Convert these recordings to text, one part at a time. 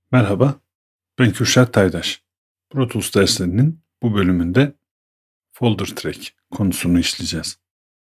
Merhaba, ben Kürşat Taydaş. Pro Tools derslerinin bu bölümünde Folder Track konusunu işleyeceğiz.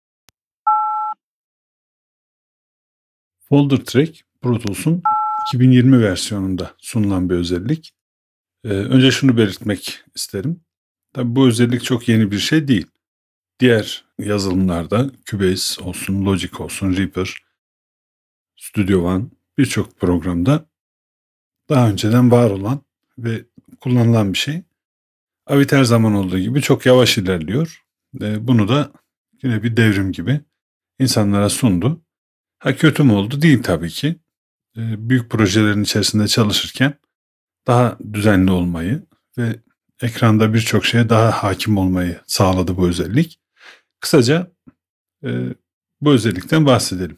Folder Track, Pro Tools'un 2020 versiyonunda sunulan bir özellik. Önce şunu belirtmek isterim. Tabii bu özellik çok yeni bir şey değil. Diğer yazılımlarda Cubase olsun, Logic olsun, Reaper, Studio One birçok programda daha önceden var olan ve kullanılan bir şey. Avid her zaman olduğu gibi çok yavaş ilerliyor. Bunu da yine bir devrim gibi insanlara sundu. Ha kötü mü oldu? Değil tabii ki. Büyük projelerin içerisinde çalışırken daha düzenli olmayı ve ekranda birçok şeye daha hakim olmayı sağladı bu özellik. Kısaca bu özellikten bahsedelim.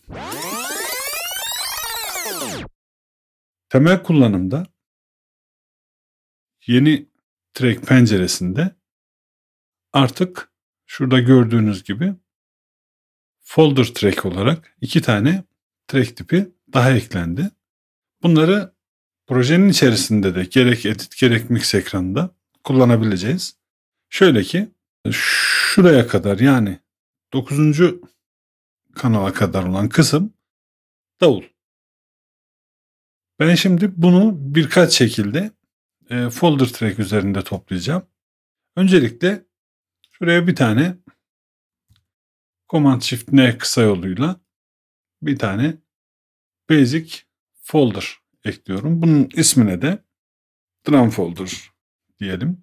Temel kullanımda yeni track penceresinde artık şurada gördüğünüz gibi folder track olarak 2 tane track tipi daha eklendi. Bunları projenin içerisinde de gerek edit gerek mix ekranında kullanabileceğiz. Şöyle ki şuraya kadar yani 9. kanala kadar olan kısım davul. Ben şimdi bunu birkaç şekilde folder track üzerinde toplayacağım. Öncelikle şuraya bir tane Command Shift N kısa yoluyla bir tane basic folder ekliyorum. Bunun ismine de drum folder diyelim.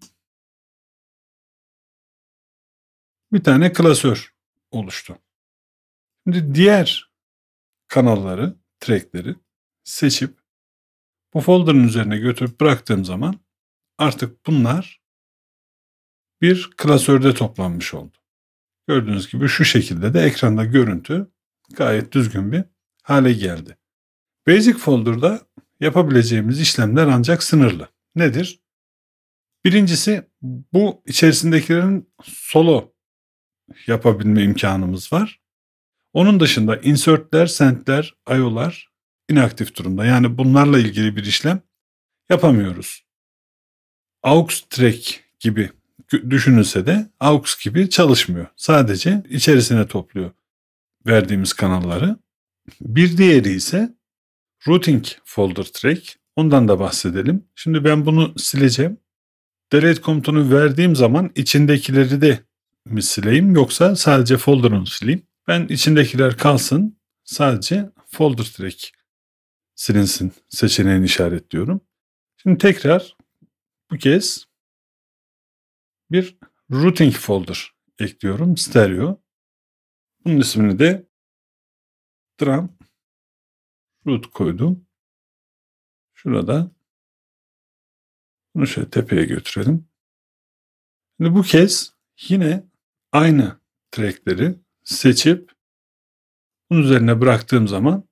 Bir tane klasör oluştu. Şimdi diğer kanalları, trackleri seçip bu folder'ın üzerine götürüp bıraktığım zaman artık bunlar bir klasörde toplanmış oldu. Gördüğünüz gibi şu şekilde de ekranda görüntü gayet düzgün bir hale geldi. Basic folder'da yapabileceğimiz işlemler ancak sınırlı. Nedir? Birincisi bu içerisindekilerin solo yapabilme imkanımız var. Onun dışında insertler, sendler, IO'lar inaktif durumda. Yani bunlarla ilgili bir işlem yapamıyoruz. Aux track gibi düşünülse de aux gibi çalışmıyor. Sadece içerisine topluyor verdiğimiz kanalları. Bir diğeri ise routing folder track. Ondan da bahsedelim. Şimdi ben bunu sileceğim. Delete komutunu verdiğim zaman içindekileri de mi sileyim yoksa sadece folder'ını sileyim? Ben içindekiler kalsın, sadece folder track silinsin seçeneğini işaretliyorum. Şimdi tekrar bu kez bir routing folder ekliyorum, stereo. Bunun ismini de drum root koydum. Şurada bunu şöyle tepeye götürelim. Şimdi bu kez yine aynı trackleri seçip bunun üzerine bıraktığım zaman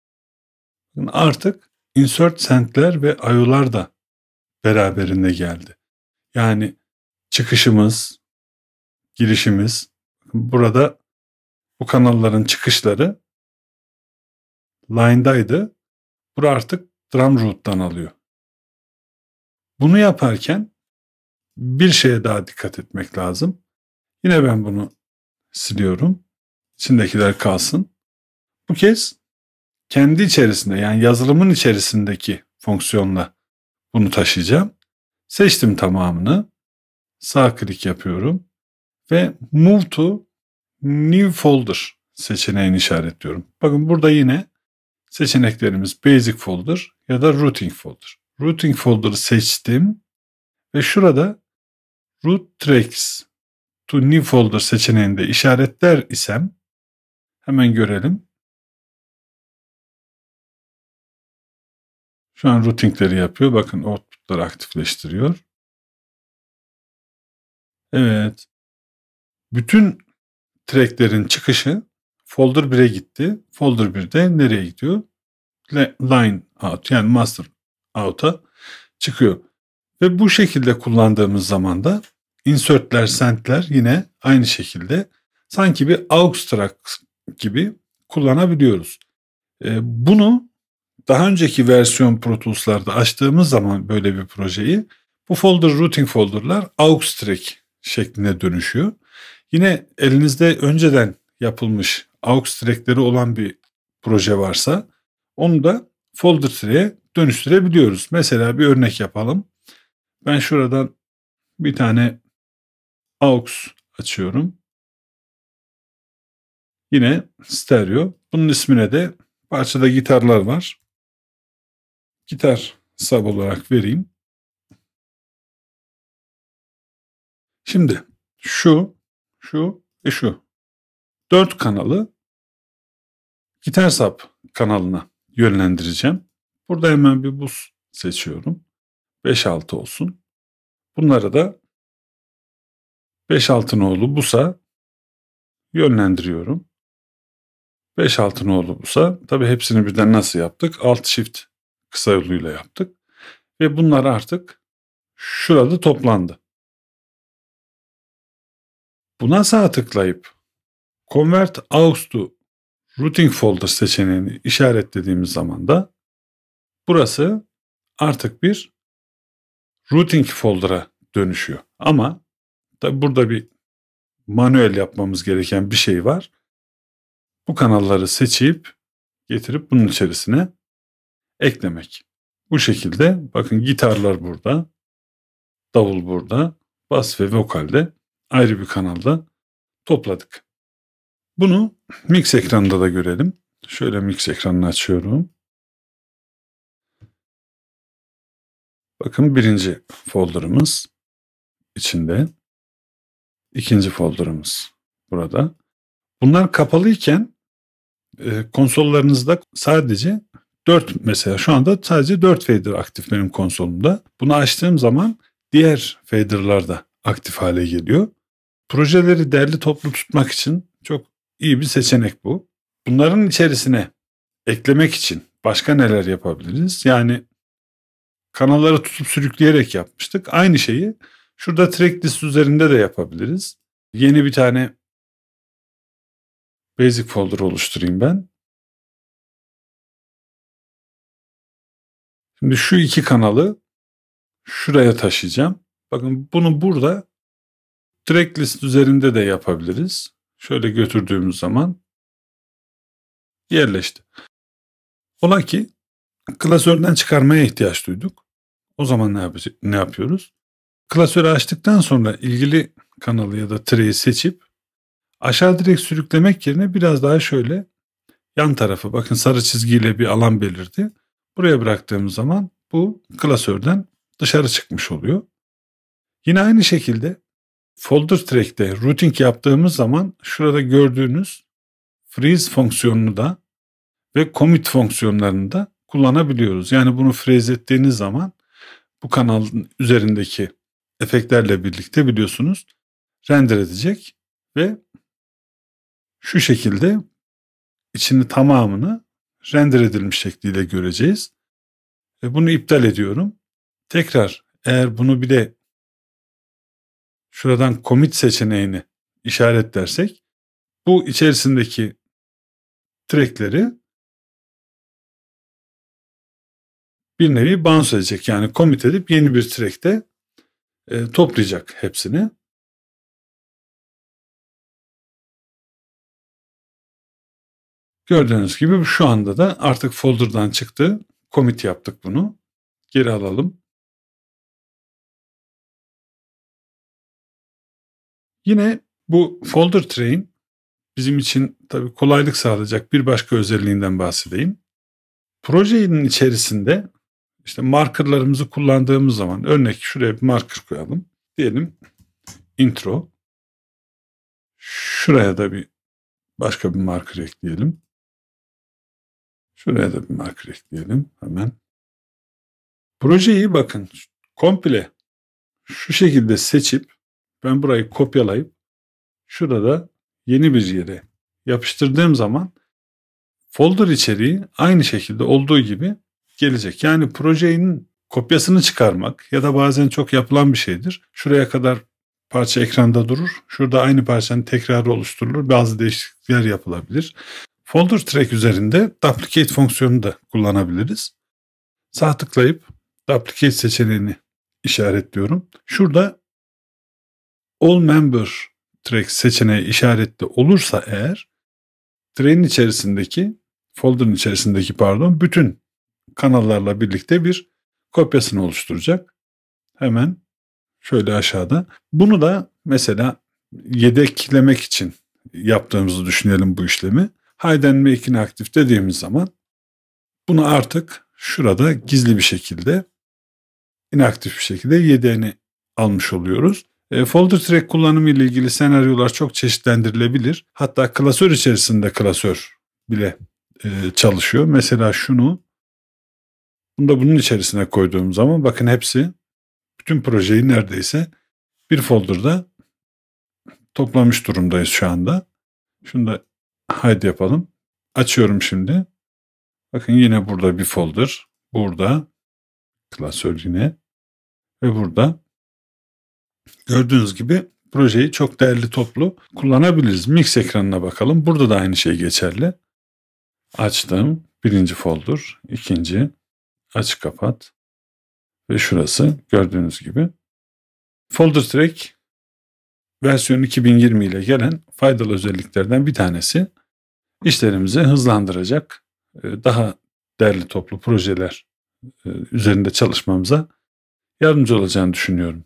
artık insert sendler ve IO'lar da beraberinde geldi. Yani çıkışımız, girişimiz, burada bu kanalların çıkışları line'daydı. Bura artık drum root'tan alıyor. Bunu yaparken bir şeye daha dikkat etmek lazım. Yine ben bunu siliyorum. İçindekiler kalsın. Bu kez kendi içerisinde yani yazılımın içerisindeki fonksiyonla bunu taşıyacağım. Seçtim tamamını. Sağ klik yapıyorum ve Move to New Folder seçeneğini işaretliyorum. Bakın burada yine seçeneklerimiz Basic Folder ya da Routing Folder. Routing Folder'ı seçtim ve şurada Root Tracks to New Folder seçeneğinde işaretler isem hemen görelim. Şu an routingleri yapıyor. Bakın output'ları aktifleştiriyor. Evet. Bütün tracklerin çıkışı folder 1'e gitti. Folder 1'de nereye gidiyor? Line out yani master out'a çıkıyor. Ve bu şekilde kullandığımız zaman da insertler, sendler yine aynı şekilde sanki bir aux track gibi kullanabiliyoruz. Bunu daha önceki versiyon Pro Tools'larda açtığımız zaman böyle bir projeyi bu routing folder'lar aux track şekline dönüşüyor. Yine elinizde önceden yapılmış aux track'leri olan bir proje varsa onu da folder tree'ye dönüştürebiliyoruz. Mesela bir örnek yapalım. Ben şuradan bir tane aux açıyorum. Yine stereo. Bunun ismine de parçada gitarlar var. Gitar sub olarak vereyim. Şimdi şu ve şu 4 kanalı gitar sub kanalına yönlendireceğim. Burada hemen bir bus seçiyorum. 5-6 olsun. Bunları da 5-6 nolu bus'a yönlendiriyorum. 5-6 nolu bus'a. Tabii hepsini birden nasıl yaptık? Alt Shift kısa yoluyla yaptık. Ve bunlar artık şurada toplandı. Buna sağ tıklayıp Convert aux to routing folder seçeneğini işaretlediğimiz zaman da burası artık bir routing folder'a dönüşüyor. Ama tabi burada bir manuel yapmamız gereken bir şey var. Bu kanalları seçip getirip bunun içerisine eklemek. Bu şekilde bakın gitarlar burada, davul burada, bas ve vokalde ayrı bir kanalda topladık. Bunu mix ekranında da görelim. Şöyle mix ekranını açıyorum. Bakın birinci folder'ımız içinde. İkinci folder'ımız burada. Bunlar kapalıyken konsollarınızda sadece 4 mesela şu anda sadece 4 fader aktif benim konsolumda. Bunu açtığım zaman diğer fader'lar da aktif hale geliyor. Projeleri derli toplu tutmak için çok iyi bir seçenek bu. Bunların içerisine eklemek için başka neler yapabiliriz? Yani kanalları tutup sürükleyerek yapmıştık. Aynı şeyi şurada tracklist üzerinde de yapabiliriz. Yeni bir tane basic folder oluşturayım ben. Şimdi şu iki kanalı şuraya taşıyacağım. Bakın bunu burada tracklist üzerinde de yapabiliriz. Şöyle götürdüğümüz zaman yerleşti. Ola ki klasörden çıkarmaya ihtiyaç duyduk. O zaman ne yapıyoruz? Klasörü açtıktan sonra ilgili kanalı ya da treyi seçip aşağı direkt sürüklemek yerine biraz daha şöyle yan tarafı bakın sarı çizgiyle bir alan belirdi. Buraya bıraktığımız zaman bu klasörden dışarı çıkmış oluyor. Yine aynı şekilde folder track'te routing yaptığımız zaman şurada gördüğünüz freeze fonksiyonunu da ve commit fonksiyonlarını da kullanabiliyoruz. Yani bunu freeze ettiğiniz zaman bu kanalın üzerindeki efektlerle birlikte biliyorsunuz render edecek ve şu şekilde içini tamamını render edilmiş şekliyle göreceğiz. Ve bunu iptal ediyorum. Tekrar eğer bunu bir de şuradan commit seçeneğini işaretlersek bu içerisindeki trackleri bir nevi bounce edecek. Yani commit edip yeni bir track'te toplayacak hepsini. Gördüğünüz gibi şu anda da artık folder'dan çıktı. Commit yaptık bunu. Geri alalım. Yine bu folder tray'in bizim için tabii kolaylık sağlayacak bir başka özelliğinden bahsedeyim. Projenin içerisinde işte markerlarımızı kullandığımız zaman örnek şuraya bir marker koyalım. Diyelim intro. Şuraya da bir başka bir marker ekleyelim. Şuraya da bir marker ekleyelim hemen. Projeyi bakın komple şu şekilde seçip ben burayı kopyalayıp şurada yeni bir yere yapıştırdığım zaman folder içeriği aynı şekilde olduğu gibi gelecek. Yani projenin kopyasını çıkarmak ya da bazen çok yapılan bir şeydir. Şuraya kadar parça ekranda durur. Şurada aynı parçanın tekrarı oluşturulur. Bazı değişiklikler yapılabilir. Folder track üzerinde duplicate fonksiyonunu da kullanabiliriz. Sağ tıklayıp duplicate seçeneğini işaretliyorum. Şurada all member track seçeneği işaretli olursa eğer track'in içerisindeki bütün kanallarla birlikte bir kopyasını oluşturacak. Hemen şöyle aşağıda. Bunu da mesela yedeklemek için yaptığımızı düşünelim bu işlemi. Hide and make inactive dediğimiz zaman bunu artık şurada gizli bir şekilde, inaktif bir şekilde yedeğini almış oluyoruz. Folder track kullanımı ile ilgili senaryolar çok çeşitlendirilebilir. Hatta klasör içerisinde klasör bile çalışıyor. Mesela bunu da bunun içerisine koyduğum zaman bakın bütün projeyi neredeyse bir folderda toplamış durumdayız şu anda. Şunu da hide yapalım. Açıyorum şimdi. Bakın yine burada bir folder. Burada klasör yine. Ve burada gördüğünüz gibi projeyi çok değerli toplu kullanabiliriz. Mix ekranına bakalım. Burada da aynı şey geçerli. Açtım. Birinci folder. İkinci. Aç kapat. Ve şurası gördüğünüz gibi. Folder track versiyon 2020 ile gelen faydalı özelliklerden bir tanesi. İşlerimizi hızlandıracak, daha değerli toplu projeler üzerinde çalışmamıza yardımcı olacağını düşünüyorum.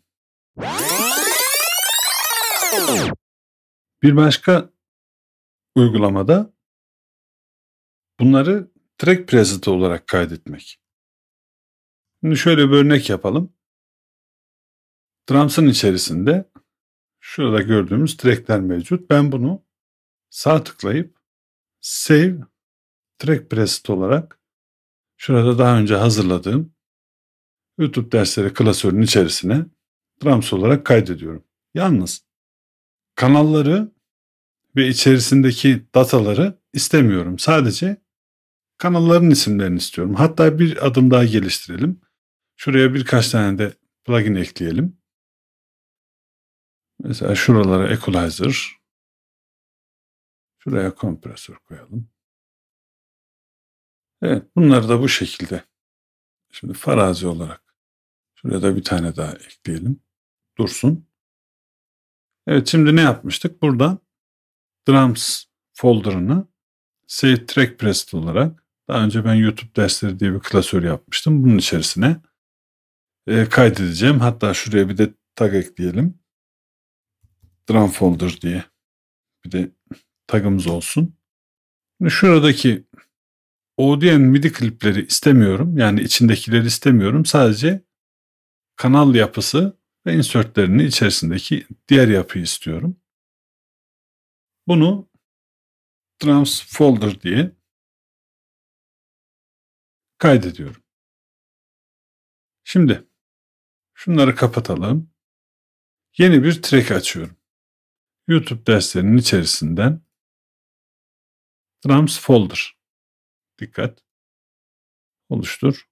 Bir başka uygulamada bunları track preset olarak kaydetmek. Şimdi şöyle bir örnek yapalım. Drums'ın içerisinde şurada gördüğümüz trackler mevcut. Ben bunu sağ tıklayıp Save Track Preset olarak şurada daha önce hazırladığım YouTube dersleri klasörünün içerisine Drums olarak kaydediyorum. Yalnız kanalları ve içerisindeki dataları istemiyorum. Sadece kanalların isimlerini istiyorum. Hatta bir adım daha geliştirelim. Şuraya birkaç tane de plugin ekleyelim. Mesela şuralara equalizer, şuraya kompresör koyalım. Evet, bunları da bu şekilde. Şimdi farazi olarak şuraya da bir tane daha ekleyelim. Dursun. Evet, şimdi ne yapmıştık? Burada Drums folder'ını Save Track Preset olarak, daha önce ben YouTube dersleri diye bir klasör yapmıştım. Bunun içerisine kaydedeceğim. Hatta şuraya bir de tag ekleyelim. Drum folder diye bir de tagımız olsun. Şimdi şuradaki ODM MIDI klipleri istemiyorum. Yani içindekileri istemiyorum. Sadece kanal yapısı ve insertlerini içerisindeki diğer yapıyı istiyorum. Bunu Drums folder diye kaydediyorum. Şimdi şunları kapatalım. Yeni bir track açıyorum. YouTube derslerinin içerisinden Drums folder. Dikkat. Oluştur.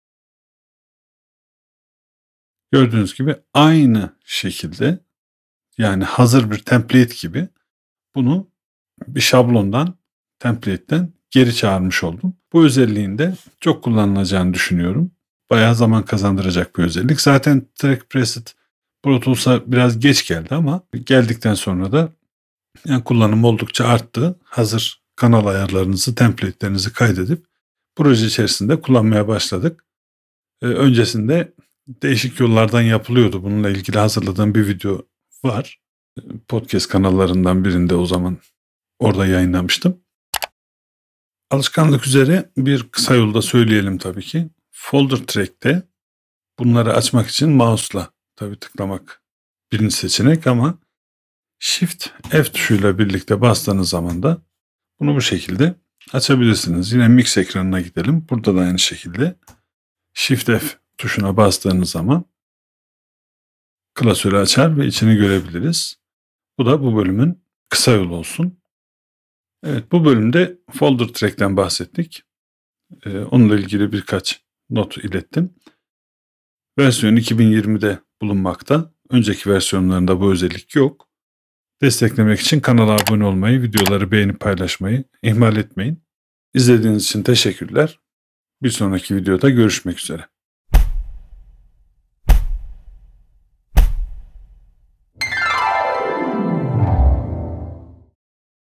Gördüğünüz gibi aynı şekilde, yani hazır bir template gibi bunu bir şablondan, template'ten geri çağırmış oldum. Bu özelliğin de çok kullanılacağını düşünüyorum. Bayağı zaman kazandıracak bir özellik. Zaten Track Preset Pro Tools'a biraz geç geldi ama geldikten sonra da yani kullanım oldukça arttı. Hazır kanal ayarlarınızı, template'lerinizi kaydedip proje içerisinde kullanmaya başladık. Öncesinde değişik yollardan yapılıyordu. Bununla ilgili hazırladığım bir video var. Podcast kanallarından birinde o zaman orada yayınlamıştım. Alışkanlık üzere bir kısa yolda söyleyelim tabii ki. Folder Track'te bunları açmak için mouse'la tabii tıklamak birinci seçenek ama Shift F tuşuyla birlikte bastığınız zaman da bunu bu şekilde açabilirsiniz. Yine mix ekranına gidelim. Burada da aynı şekilde Shift F tuşuna bastığınız zaman klasörü açar ve içini görebiliriz. Bu da bu bölümün kısa yolu olsun. Evet, bu bölümde Folder Track'ten bahsettik. Onunla ilgili birkaç not ilettim. Versiyon 2020'de bulunmakta. Önceki versiyonlarında bu özellik yok. Desteklemek için kanala abone olmayı, videoları beğenip paylaşmayı ihmal etmeyin. İzlediğiniz için teşekkürler. Bir sonraki videoda görüşmek üzere.